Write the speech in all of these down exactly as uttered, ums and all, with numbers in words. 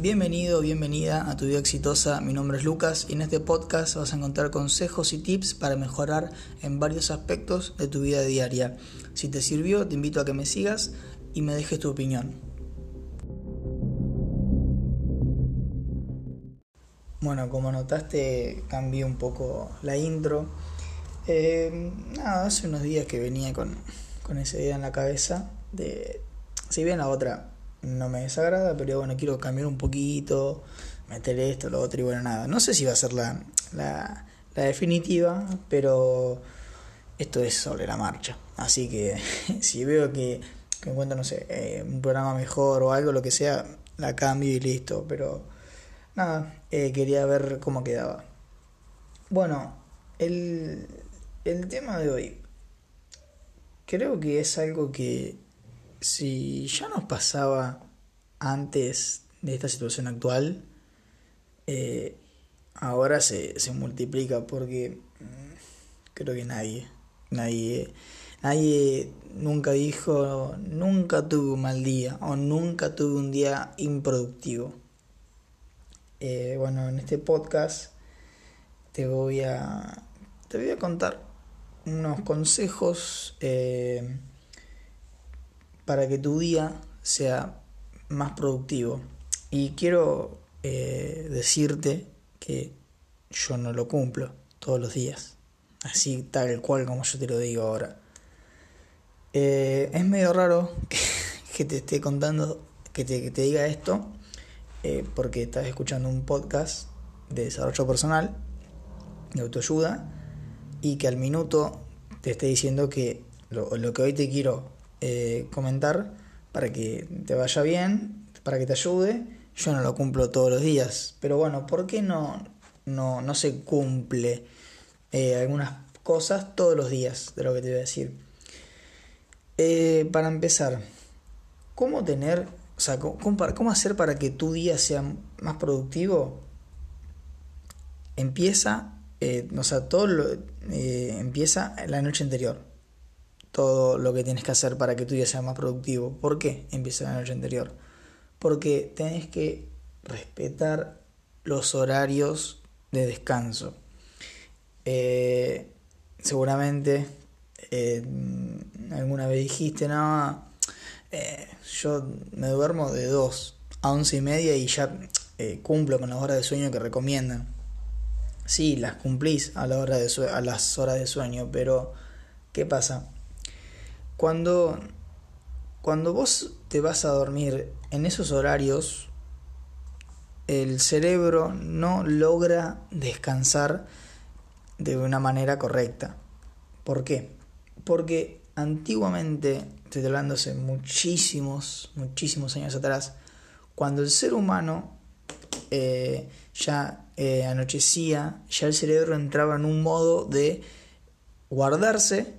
Bienvenido, bienvenida a Tu Vida Exitosa. Mi nombre es Lucas y en este podcast vas a encontrar consejos y tips para mejorar en varios aspectos de tu vida diaria. Si te sirvió, te invito a que me sigas y me dejes tu opinión. Bueno, como notaste, cambié un poco la intro. Eh, nada, hace unos días que venía con, con esa idea en la cabeza de, si bien la otra no me desagrada, pero bueno, quiero cambiar un poquito, meter esto, lo otro y bueno, nada. No sé si va a ser la, la, la definitiva, pero esto es sobre la marcha. Así que si veo que, que encuentro, no sé, eh, un programa mejor o algo, lo que sea, la cambio y listo. Pero nada, eh, quería ver cómo quedaba. Bueno, el, el tema de hoy creo que es algo que si ya nos pasaba antes de esta situación actual, eh, ahora se, se multiplica porque mmm, creo que nadie, nadie, nadie nunca dijo, nunca tuve un mal día o nunca tuve un día improductivo. Eh, bueno, en este podcast te voy a, te voy a contar unos consejos eh, para que tu día sea más productivo. Y quiero eh, decirte que yo no lo cumplo todos los días, así tal cual como yo te lo digo ahora. Eh, es medio raro que, que te esté contando, que te, que te diga esto, eh, porque estás escuchando un podcast de desarrollo personal, de autoayuda, y que al minuto te esté diciendo que lo, lo que hoy te quiero eh, comentar para que te vaya bien, para que te ayude, yo no lo cumplo todos los días. Pero bueno, ¿por qué no, no, no se cumple eh, algunas cosas todos los días de lo que te voy a decir? Eh, para empezar, ¿cómo tener, o sea, cómo, cómo hacer para que tu día sea más productivo? Empieza, eh, o sea, todo lo, eh, empieza la noche anterior. Todo lo que tienes que hacer para que tu día sea más productivo. ¿Por qué empieza la noche anterior? Porque tenés que respetar los horarios de descanso. Eh, seguramente eh, alguna vez dijiste, no, eh, yo me duermo de dos a once y media y ya eh, cumplo con las horas de sueño que recomiendan. Sí, las cumplís a, la hora de sue- a las horas de sueño, pero ¿qué pasa? Cuando, cuando vos te vas a dormir en esos horarios, el cerebro no logra descansar de una manera correcta. ¿Por qué? Porque antiguamente, estoy hablando hace muchísimos, muchísimos años atrás, cuando el ser humano eh, ya eh, anochecía, ya el cerebro entraba en un modo de guardarse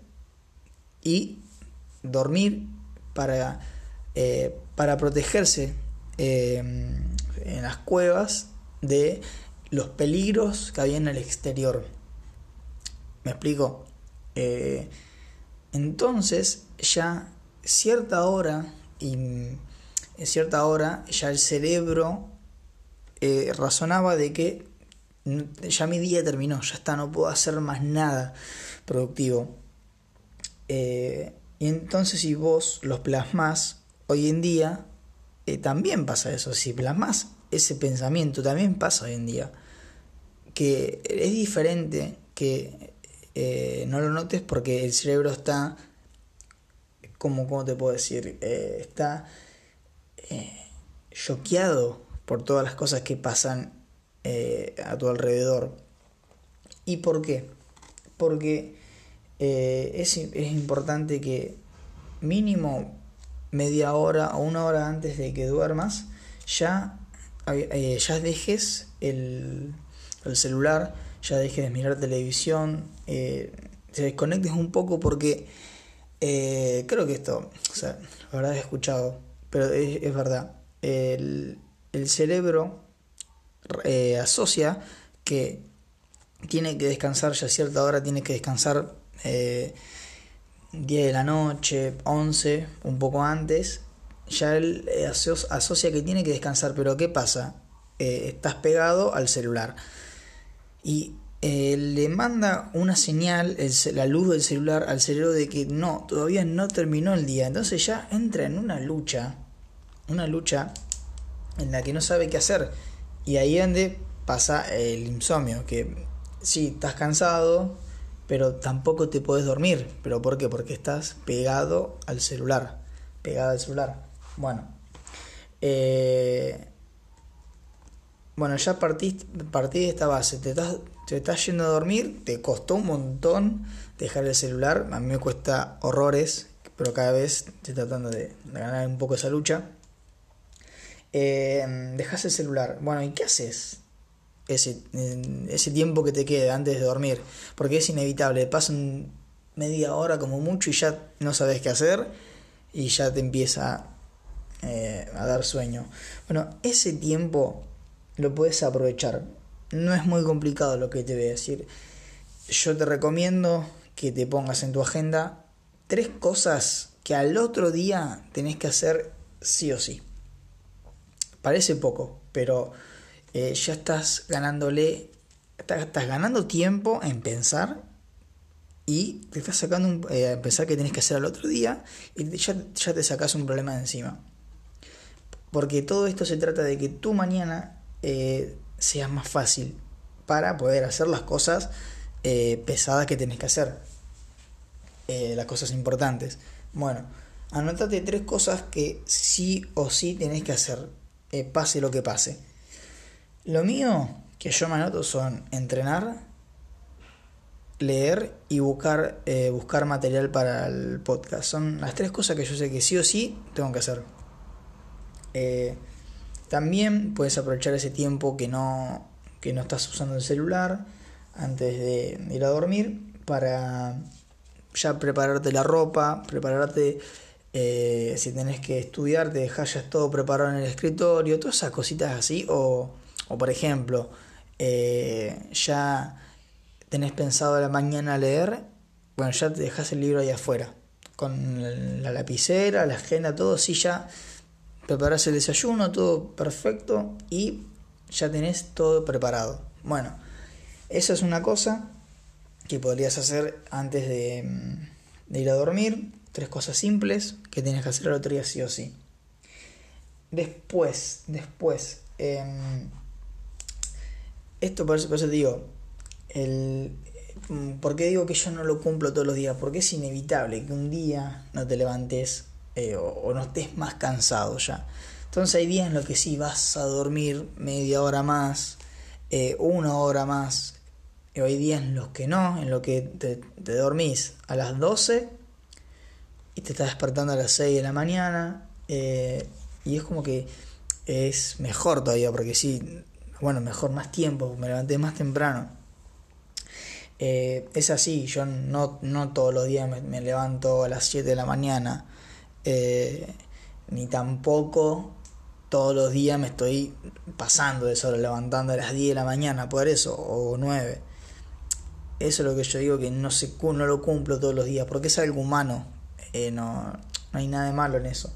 y dormir para, eh, para protegerse eh, en las cuevas de los peligros que había en el exterior. ¿Me explico? Eh, entonces ya cierta hora y en cierta hora ya el cerebro eh, razonaba de que ya mi día terminó, ya está, no puedo hacer más nada productivo. Eh, y entonces si vos los plasmás hoy en día, eh, también pasa eso. Si plasmás ese pensamiento, también pasa hoy en día. Que es diferente que eh, no lo notes porque el cerebro está, como, ¿cómo te puedo decir? Eh, está eh, choqueado por todas las cosas que pasan eh, a tu alrededor. ¿Y por qué? Porque eh, es, es importante que mínimo media hora o una hora antes de que duermas ya, eh, ya dejes el, el celular, ya dejes de mirar televisión, eh, te desconectes un poco porque eh, creo que esto, o sea, la verdad he escuchado, pero es, es verdad, el, el cerebro eh, asocia que tiene que descansar ya a cierta hora, tiene que descansar eh, diez de la noche, once, un poco antes, ya él eh, aso- asocia que tiene que descansar, pero ¿qué pasa? Eh, estás pegado al celular y eh, le manda una señal, el, la luz del celular al cerebro de que no, todavía no terminó el día, entonces ya entra en una lucha, una lucha en la que no sabe qué hacer, y ahí es donde pasa el insomnio, que sí, estás cansado, pero tampoco te podés dormir. ¿Pero por qué? Porque estás pegado al celular, pegado al celular. Bueno, eh, bueno, ya partí, partí de esta base, te estás, te estás yendo a dormir, te costó un montón dejar el celular, a mí me cuesta horrores, pero cada vez estoy tratando de, de ganar un poco esa lucha. Eh, dejas el celular, bueno, ¿y qué haces ese, ese tiempo que te queda antes de dormir? Porque es inevitable, pasan media hora como mucho y ya no sabes qué hacer y ya te empieza eh, a dar sueño. Bueno, ese tiempo lo puedes aprovechar, no es muy complicado lo que te voy a decir. Yo te recomiendo que te pongas en tu agenda tres cosas que al otro día tenés que hacer sí o sí. Parece poco, pero eh, ya estás ganándole, estás, estás ganando tiempo en pensar y te estás sacando un, eh, pensar que tenés que hacer al otro día y ya, ya te sacas un problema de encima. Porque todo esto se trata de que tu mañana eh, sea más fácil para poder hacer las cosas eh, pesadas que tenés que hacer, eh, las cosas importantes. Bueno, anotate tres cosas que sí o sí tenés que hacer, eh, pase lo que pase. Lo mío que yo me anoto son entrenar, leer y buscar, eh, buscar material para el podcast. Son las tres cosas que yo sé que sí o sí tengo que hacer. Eh, también puedes aprovechar ese tiempo que no, que no estás usando el celular antes de ir a dormir para ya prepararte la ropa, prepararte, eh, si tenés que estudiar, te dejás ya todo preparado en el escritorio, todas esas cositas así. O, o por ejemplo, eh, ya tenés pensado a la mañana leer, bueno, ya te dejás el libro ahí afuera, con la lapicera, la agenda, todo, sí, ya preparás el desayuno, todo perfecto y ya tenés todo preparado. Bueno, esa es una cosa que podrías hacer antes de, de ir a dormir. Tres cosas simples que tienes que hacer al otro día sí o sí. Después, después, eh, esto por eso, por eso te digo, el, ¿por qué digo que yo no lo cumplo todos los días? Porque es inevitable que un día no te levantes eh, o, o no estés más cansado ya. Entonces hay días en los que sí vas a dormir media hora más, eh, una hora más. Y hay días en los que no, en los que te, te dormís a las doce y te estás despertando a las seis de la mañana. Eh, y es como que es mejor todavía, porque sí, bueno, mejor, más tiempo, me levanté más temprano. Eh, es así, yo no, no todos los días me, me levanto a las siete de la mañana, eh, ni tampoco todos los días me estoy pasando de eso, levantando a las diez de la mañana, por eso, o nueve. Eso es lo que yo digo, que no, se, no lo cumplo todos los días, porque es algo humano, eh, no, no hay nada de malo en eso.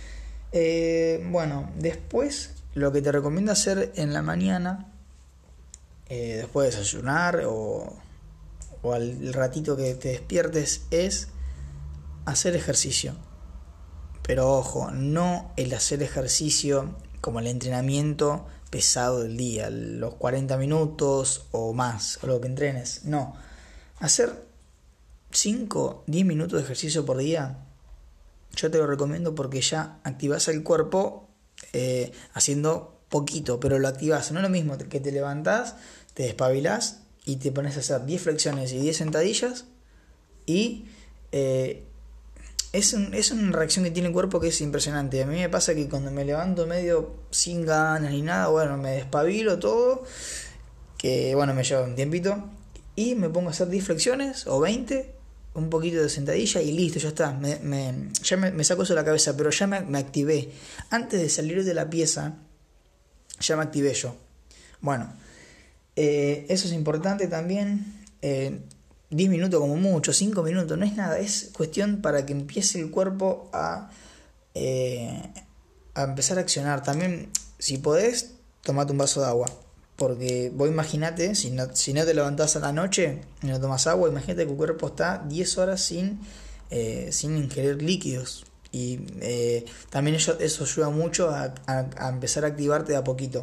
Eh, bueno, después lo que te recomiendo hacer en la mañana, eh, después de desayunar o, o al ratito que te despiertes, es hacer ejercicio. Pero ojo, no el hacer ejercicio como el entrenamiento pesado del día, los cuarenta minutos o más, o lo que entrenes. No, hacer cinco, diez minutos de ejercicio por día, yo te lo recomiendo porque ya activás el cuerpo eh, haciendo poquito, pero lo activás. No es lo mismo que te levantás, te despabilás y te pones a hacer diez flexiones y diez sentadillas y eh, es, un, es una reacción que tiene el cuerpo que es impresionante. A mí me pasa que cuando me levanto medio sin ganas ni nada, bueno, me despabilo todo, que bueno, me lleva un tiempito y me pongo a hacer diez flexiones o veinte, un poquito de sentadilla y listo, ya está, me, me, ya me, me saco eso de la cabeza, pero ya me, me activé. Antes de salir de la pieza, ya me activé yo. Bueno, eh, eso es importante también. eh, diez minutos como mucho, cinco minutos, no es nada, es cuestión para que empiece el cuerpo a eh, a empezar a accionar. También, si podés, tomate un vaso de agua. Porque vos imaginate, si no, si no te levantás a la noche y no tomas agua, imagínate que tu cuerpo está diez horas sin, eh, sin ingerir líquidos. Y eh, también eso, eso ayuda mucho a, a, a empezar a activarte de a poquito.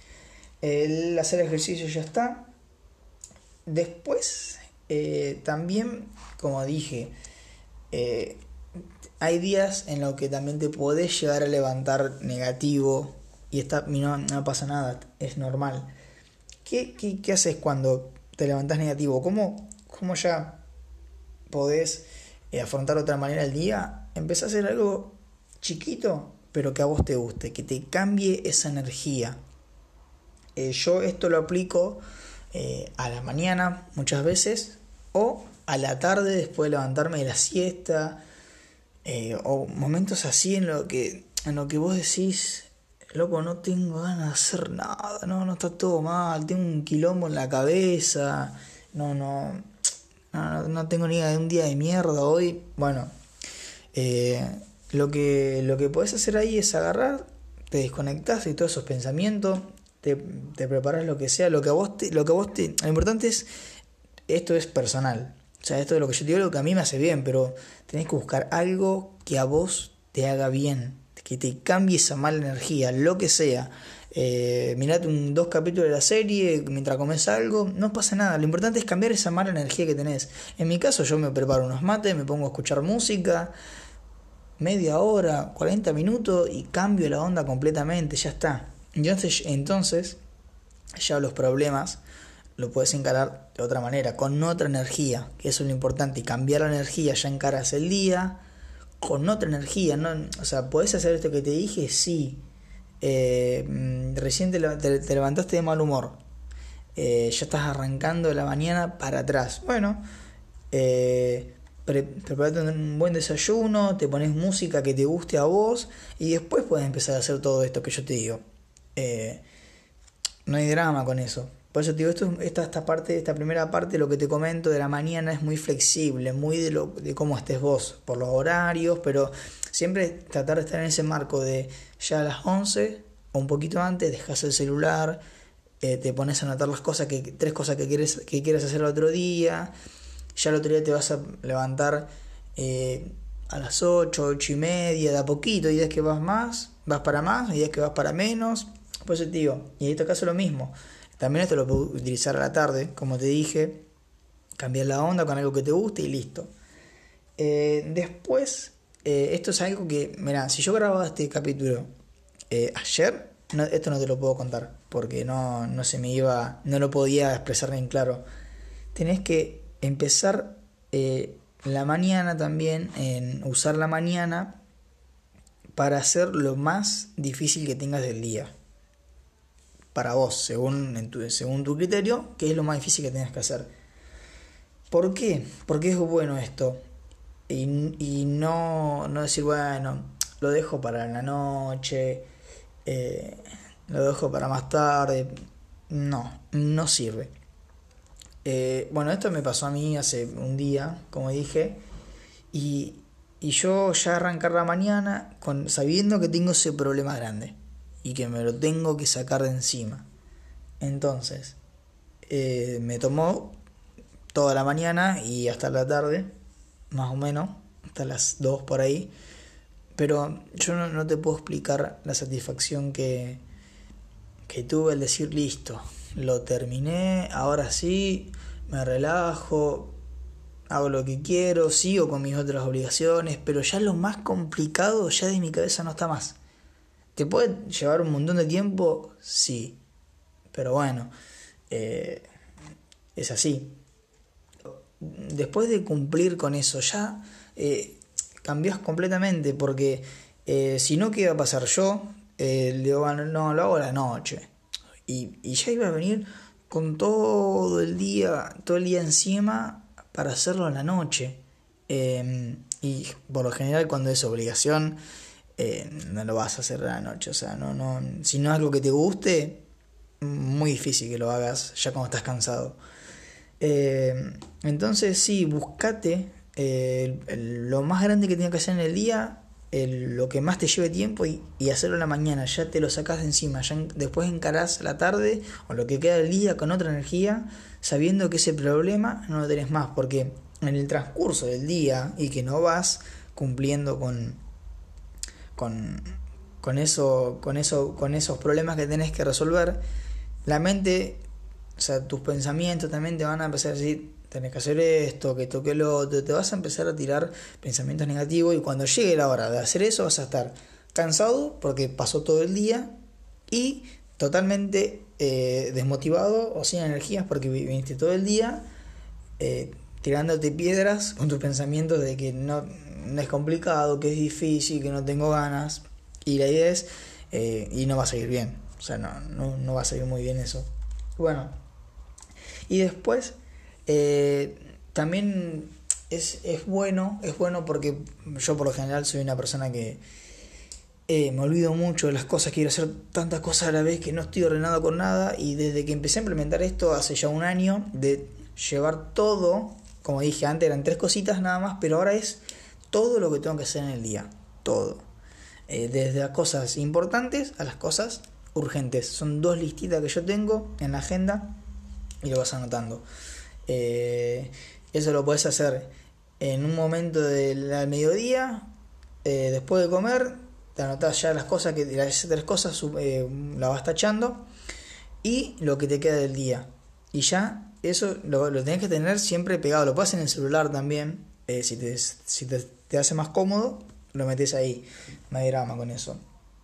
El hacer ejercicio ya está. Después, eh, también, como dije, eh, hay días en los que también te podés llegar a levantar negativo y está, no, no pasa nada, es normal. ¿Qué, qué, qué haces cuando te levantás negativo? ¿Cómo, cómo ya podés eh, afrontar de otra manera el día? Empezá a hacer algo chiquito, pero que a vos te guste, que te cambie esa energía. Eh, yo esto lo aplico eh, a la mañana muchas veces, o a la tarde después de levantarme de la siesta, eh, o momentos así en lo que, en lo que vos decís... Loco, no tengo ganas de hacer nada, no, no está todo mal, tengo un quilombo en la cabeza, no, no, no, no tengo ni idea de un día de mierda hoy. Bueno, eh, lo que lo que podés hacer ahí es agarrar, te desconectás de todos esos pensamientos, te, te preparás lo que sea, lo que a vos te, lo que a vos te, lo importante es, esto es personal, o sea, esto es lo que yo te digo, lo que a mí me hace bien, pero tenés que buscar algo que a vos te haga bien, que te cambie esa mala energía, lo que sea. Eh, mirate un, dos capítulos de la serie mientras comes algo, no pasa nada. Lo importante es cambiar esa mala energía que tenés. En mi caso, yo me preparo unos mates, me pongo a escuchar música, media hora, cuarenta minutos y cambio la onda completamente, ya está. Entonces, entonces ya los problemas lo puedes encarar de otra manera, con otra energía, que eso es lo importante. Y cambiar la energía, ya encaras el día con otra energía, ¿no? O sea, ¿podés hacer esto que te dije? Sí. Eh, recién te, te, te levantaste de mal humor. Eh, ya estás arrancando la mañana para atrás. Bueno, eh, pre, preparate un buen desayuno, te pones música que te guste a vos y después puedes empezar a hacer todo esto que yo te digo. Eh, no hay drama con eso. Por eso te digo, esto, esta, esta parte, esta primera parte, lo que te comento de la mañana es muy flexible, muy de, lo, de cómo estés vos, por los horarios, pero siempre tratar de estar en ese marco de ya a las once o un poquito antes, dejas el celular, eh, te pones a anotar las cosas, que tres cosas que quieres, que quieres hacer el otro día, ya el otro día te vas a levantar eh, a las ocho, ocho y media, de a poquito, y días que vas más, vas para más, y días que vas para menos, pues te digo, y en este caso lo mismo. También esto lo puedes utilizar a la tarde, como te dije, cambiar la onda con algo que te guste y listo. Eh, después, eh, esto es algo que, mirá, si yo grababa este capítulo eh, ayer, no, esto no te lo puedo contar, porque no, no se me iba, no lo podía expresar bien claro. Tenés que empezar eh, la mañana también, en usar la mañana para hacer lo más difícil que tengas del día. Para vos, según, en tu, según tu criterio, qué es lo más difícil que tengas que hacer. ¿Por qué? Porque es bueno esto. Y, y no, no decir, bueno, lo dejo para la noche, eh, lo dejo para más tarde. No, no sirve. Eh, bueno, esto me pasó a mí hace un día, como dije, y, y yo ya arrancar la mañana con, sabiendo que tengo ese problema grande y que me lo tengo que sacar de encima. Entonces, eh, me tomó toda la mañana y hasta la tarde, más o menos, hasta las dos por ahí. Pero yo no, no te puedo explicar la satisfacción que, que tuve al decir, listo, lo terminé, ahora sí, me relajo, hago lo que quiero, sigo con mis otras obligaciones, pero ya lo más complicado ya de mi cabeza no está más. ¿Te puede llevar un montón de tiempo? Sí. Pero bueno, eh, es así. Después de cumplir con eso, ya eh, cambiás completamente, porque eh, si no, ¿qué iba a pasar yo? Eh, digo, bueno, no, lo hago a la noche. Y, y ya iba a venir con todo el día, todo el día encima para hacerlo a la noche. Eh, y por lo general, cuando es obligación, Eh, no lo vas a hacer a la noche, o sea, no, no, si no es algo que te guste, muy difícil que lo hagas ya cuando estás cansado. Eh, entonces sí, buscate eh, el, el, lo más grande que tengas que hacer en el día, el, lo que más te lleve tiempo y, y hacerlo en la mañana, ya te lo sacás de encima, ya en, después encarás la tarde o lo que queda del día con otra energía, sabiendo que ese problema no lo tenés más, porque en el transcurso del día y que no vas cumpliendo con con, con eso, con eso, con esos problemas que tenés que resolver, la mente, o sea, tus pensamientos también te van a empezar a decir, tenés que hacer esto, que toque lo otro, te vas a empezar a tirar pensamientos negativos y cuando llegue la hora de hacer eso vas a estar cansado porque pasó todo el día y totalmente eh, desmotivado o sin energías porque viniste todo el día eh, tirándote piedras con tus pensamientos de que no, no es complicado, que es difícil, que no tengo ganas, y la idea es eh, y no va a salir bien, o sea, no, no, no va a salir muy bien eso. Bueno, y después eh, también es, es bueno, es bueno porque yo por lo general soy una persona que eh, me olvido mucho de las cosas, quiero hacer tantas cosas a la vez que no estoy ordenado con nada, y desde que empecé a implementar esto hace ya un año, de llevar todo, como dije antes eran tres cositas nada más, pero ahora es todo lo que tengo que hacer en el día, todo. Eh, desde las cosas importantes a las cosas urgentes. Son dos listitas que yo tengo en la agenda y lo vas anotando. Eh, eso lo puedes hacer en un momento del al mediodía, eh, después de comer, te anotás ya las cosas, que las tres cosas eh, las vas tachando y lo que te queda del día. Y ya eso lo, lo tenés que tener siempre pegado. Lo puedes en el celular también, eh, si, te, si te, te hace más cómodo, lo metes ahí, no hay drama con eso.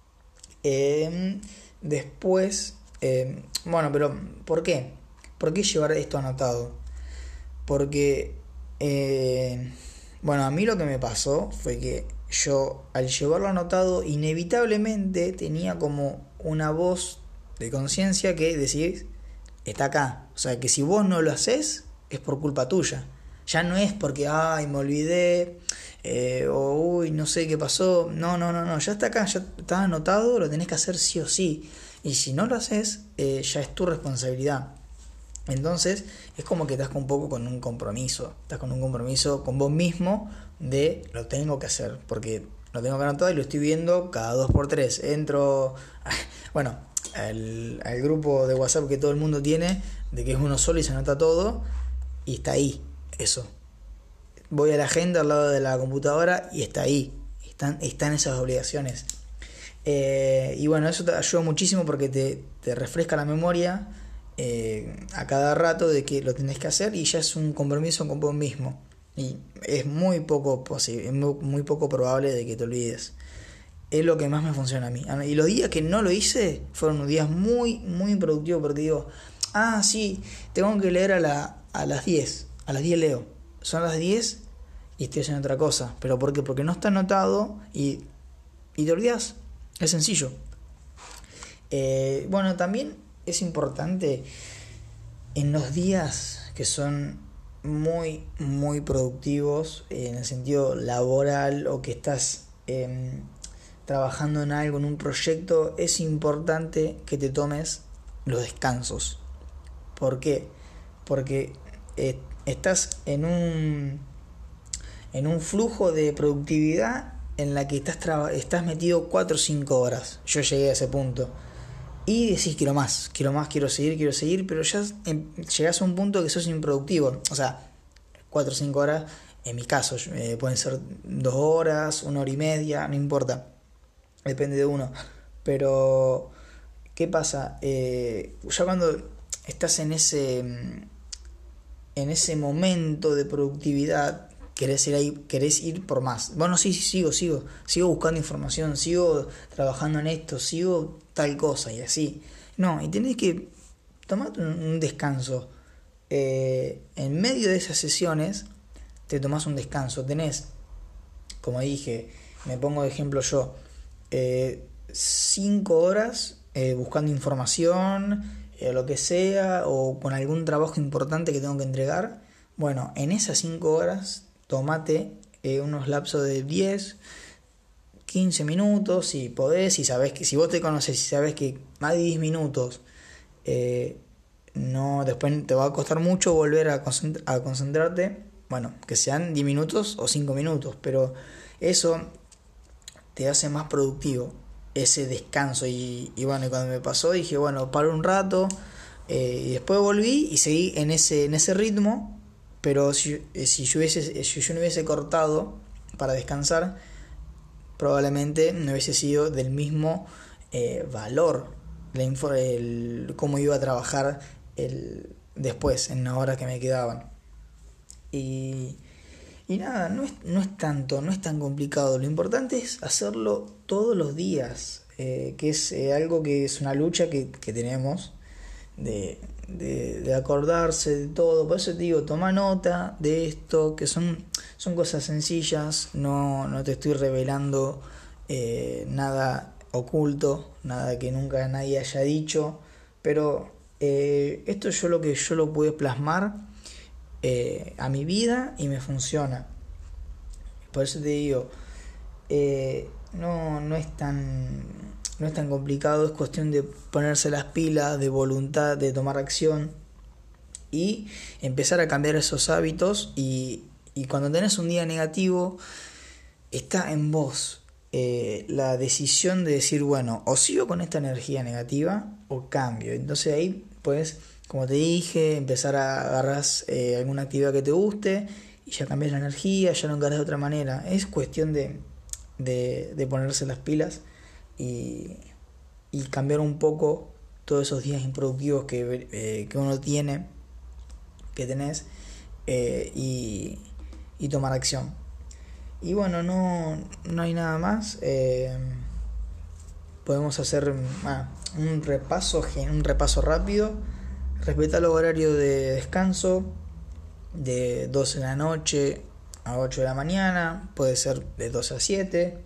Eh, después, eh, bueno, pero ¿por qué? ¿Por qué llevar esto anotado? Porque, eh, bueno, a mí lo que me pasó fue que yo al llevarlo anotado inevitablemente tenía como una voz de conciencia que decís, está acá. O sea, que si vos no lo haces, es por culpa tuya. Ya no es porque, ay, me olvidé, eh, o uy, no sé qué pasó. No, no, no, no, ya está acá, ya está anotado, lo tenés que hacer sí o sí. Y si no lo haces, eh, ya es tu responsabilidad. Entonces, es como que estás un poco con un compromiso. Estás con un compromiso con vos mismo de lo tengo que hacer, porque lo tengo que anotar y lo estoy viendo cada dos por tres. Entro, bueno, al, al grupo de WhatsApp que todo el mundo tiene, de que es uno solo y se anota todo, y está ahí, eso. Voy a la agenda al lado de la computadora y está ahí, están, están esas obligaciones. Eh, y bueno, eso te ayuda muchísimo porque te, te refresca la memoria eh, a cada rato de que lo tenés que hacer, y ya es un compromiso con vos mismo. Y es muy poco posible, es muy, muy poco probable de que te olvides. Es lo que más me funciona a mí. Y los días que no lo hice fueron días muy, muy productivos, porque digo, ah, sí, tengo que leer a, la, a las diez. A las diez leo. Son las diez y estoy haciendo otra cosa. ¿Pero por qué? Porque no está anotado y, y te olvidas. Es sencillo. Eh, bueno, también es importante en los días que son muy, muy productivos, eh, en el sentido laboral, o que estás eh, trabajando en algo, en un proyecto, es importante que te tomes los descansos. ¿Por qué? Porque eh, estás en un en un flujo de productividad en la que estás traba- estás metido cuatro o cinco horas. Yo llegué a ese punto. Y decís, quiero más, quiero más, quiero seguir, quiero seguir, pero ya eh, llegás a un punto que sos improductivo. O sea, cuatro o cinco horas, en mi caso, eh, pueden ser dos horas, una hora y media, no importa. Depende de uno. Pero, ¿qué pasa? Eh, ya cuando estás en ese, en ese momento de productividad, querés ir ahí, querés ir por más. Bueno, sí, sí, sigo, sigo, sigo buscando información, sigo trabajando en esto, sigo tal cosa y así. No, y tenés que tomar un descanso. Eh, en medio de esas sesiones te tomás un descanso. Tenés, como dije, me pongo de ejemplo yo, eh, cinco horas eh, buscando información, eh, lo que sea, o con algún trabajo importante que tengo que entregar. Bueno, en esas cinco horas tomate eh, unos lapsos de diez, quince minutos, si podés, si sabés que, si vos te conoces, si sabés que más de diez minutos, eh, no, después te va a costar mucho volver a, concentr- a concentrarte. Bueno, que sean diez minutos o cinco minutos, pero eso te hace más productivo ese descanso. Y, y bueno, y cuando me pasó dije, bueno, paro un rato, eh, y después volví y seguí en ese, en ese ritmo, pero si, si, yo hubiese, si yo no hubiese cortado para descansar, probablemente no hubiese sido del mismo eh, valor la info, el, cómo iba a trabajar el, después, en las horas que me quedaban. Y, y nada, no es, no es tanto, no es tan complicado. Lo importante es hacerlo todos los días, eh, que es eh, algo que es una lucha que, que tenemos de, de, de acordarse de todo. Por eso te digo, toma nota de esto, que son, son cosas sencillas, no, no te estoy revelando eh, nada oculto, nada que nunca nadie haya dicho, pero eh, esto yo lo que yo lo pude plasmar eh, a mi vida y me funciona. Por eso te digo, eh, no, no es tan no es tan complicado, es cuestión de ponerse las pilas, de voluntad, de tomar acción y empezar a cambiar esos hábitos. Y, y cuando tenés un día negativo, está en vos eh, la decisión de decir, bueno, o sigo con esta energía negativa o cambio. Entonces ahí pues, como te dije, empezar a agarrar eh, alguna actividad que te guste y ya cambias la energía, ya no encarás de otra manera. Es cuestión de, de, de ponerse las pilas y, y cambiar un poco todos esos días improductivos que, eh, que uno tiene, que tenés, eh, y, y tomar acción. Y bueno, no, no hay nada más. Eh, podemos hacer ah, un repaso, un repaso rápido. Respetar el horario de descanso de doce de la noche a ocho de la mañana, puede ser de doce a siete.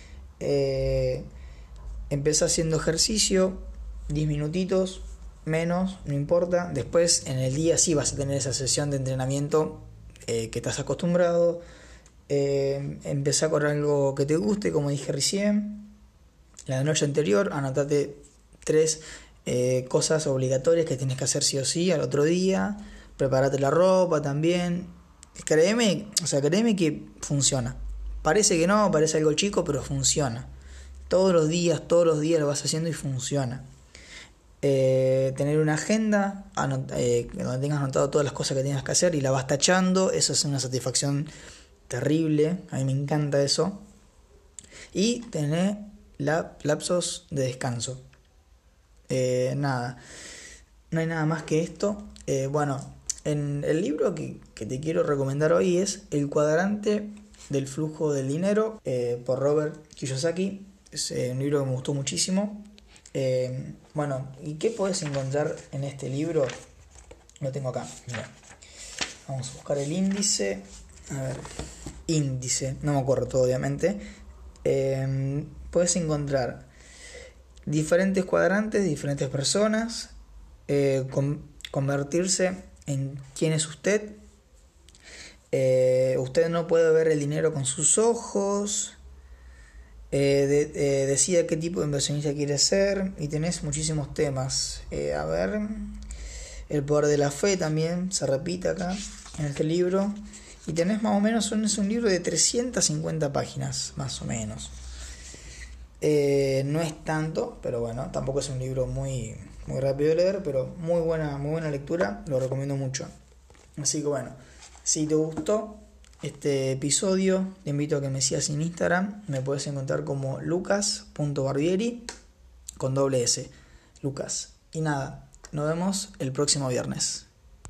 Eh, empezá haciendo ejercicio, diez minutitos, menos, no importa. Después en el día sí vas a tener esa sesión de entrenamiento eh, que estás acostumbrado. Eh, empezá con algo que te guste, como dije recién. La noche anterior anotate tres eh, cosas obligatorias que tienes que hacer sí o sí al otro día. Preparate la ropa también. Créeme, o sea, créeme que funciona. Parece que no, parece algo chico, pero funciona. Todos los días, todos los días lo vas haciendo y funciona. Eh, tener una agenda anot- eh, donde tengas anotado todas las cosas que tengas que hacer y la vas tachando. Eso es una satisfacción terrible. A mí me encanta eso. Y tener la, lapsos de descanso. Eh, nada, no hay nada más que esto. Eh, bueno, en el libro que, que te quiero recomendar hoy es El cuadrante del flujo del dinero, eh, por Robert Kiyosaki. Es eh, un libro que me gustó muchísimo. Eh, bueno, ¿y qué podés encontrar en este libro? Lo tengo acá, mira. Vamos a buscar el índice. A ver, índice, no me acuerdo todo, obviamente. Eh, puedes encontrar diferentes cuadrantes, diferentes personas, eh, con, convertirse en quién es usted. Eh, usted no puede ver el dinero con sus ojos. Eh, de, eh, decida qué tipo de inversionista quiere ser. Y tenés muchísimos temas. Eh, a ver, el poder de la fe también se repite acá en este libro. Y tenés más o menos, es un libro de trescientas cincuenta páginas, más o menos. Eh, no es tanto, pero bueno, tampoco es un libro muy, muy rápido de leer, pero muy buena, muy buena lectura, lo recomiendo mucho. Así que bueno, si te gustó este episodio, te invito a que me sigas en Instagram. Me puedes encontrar como lucas punto barbieri con doble S, Lucas. Y nada, nos vemos el próximo viernes.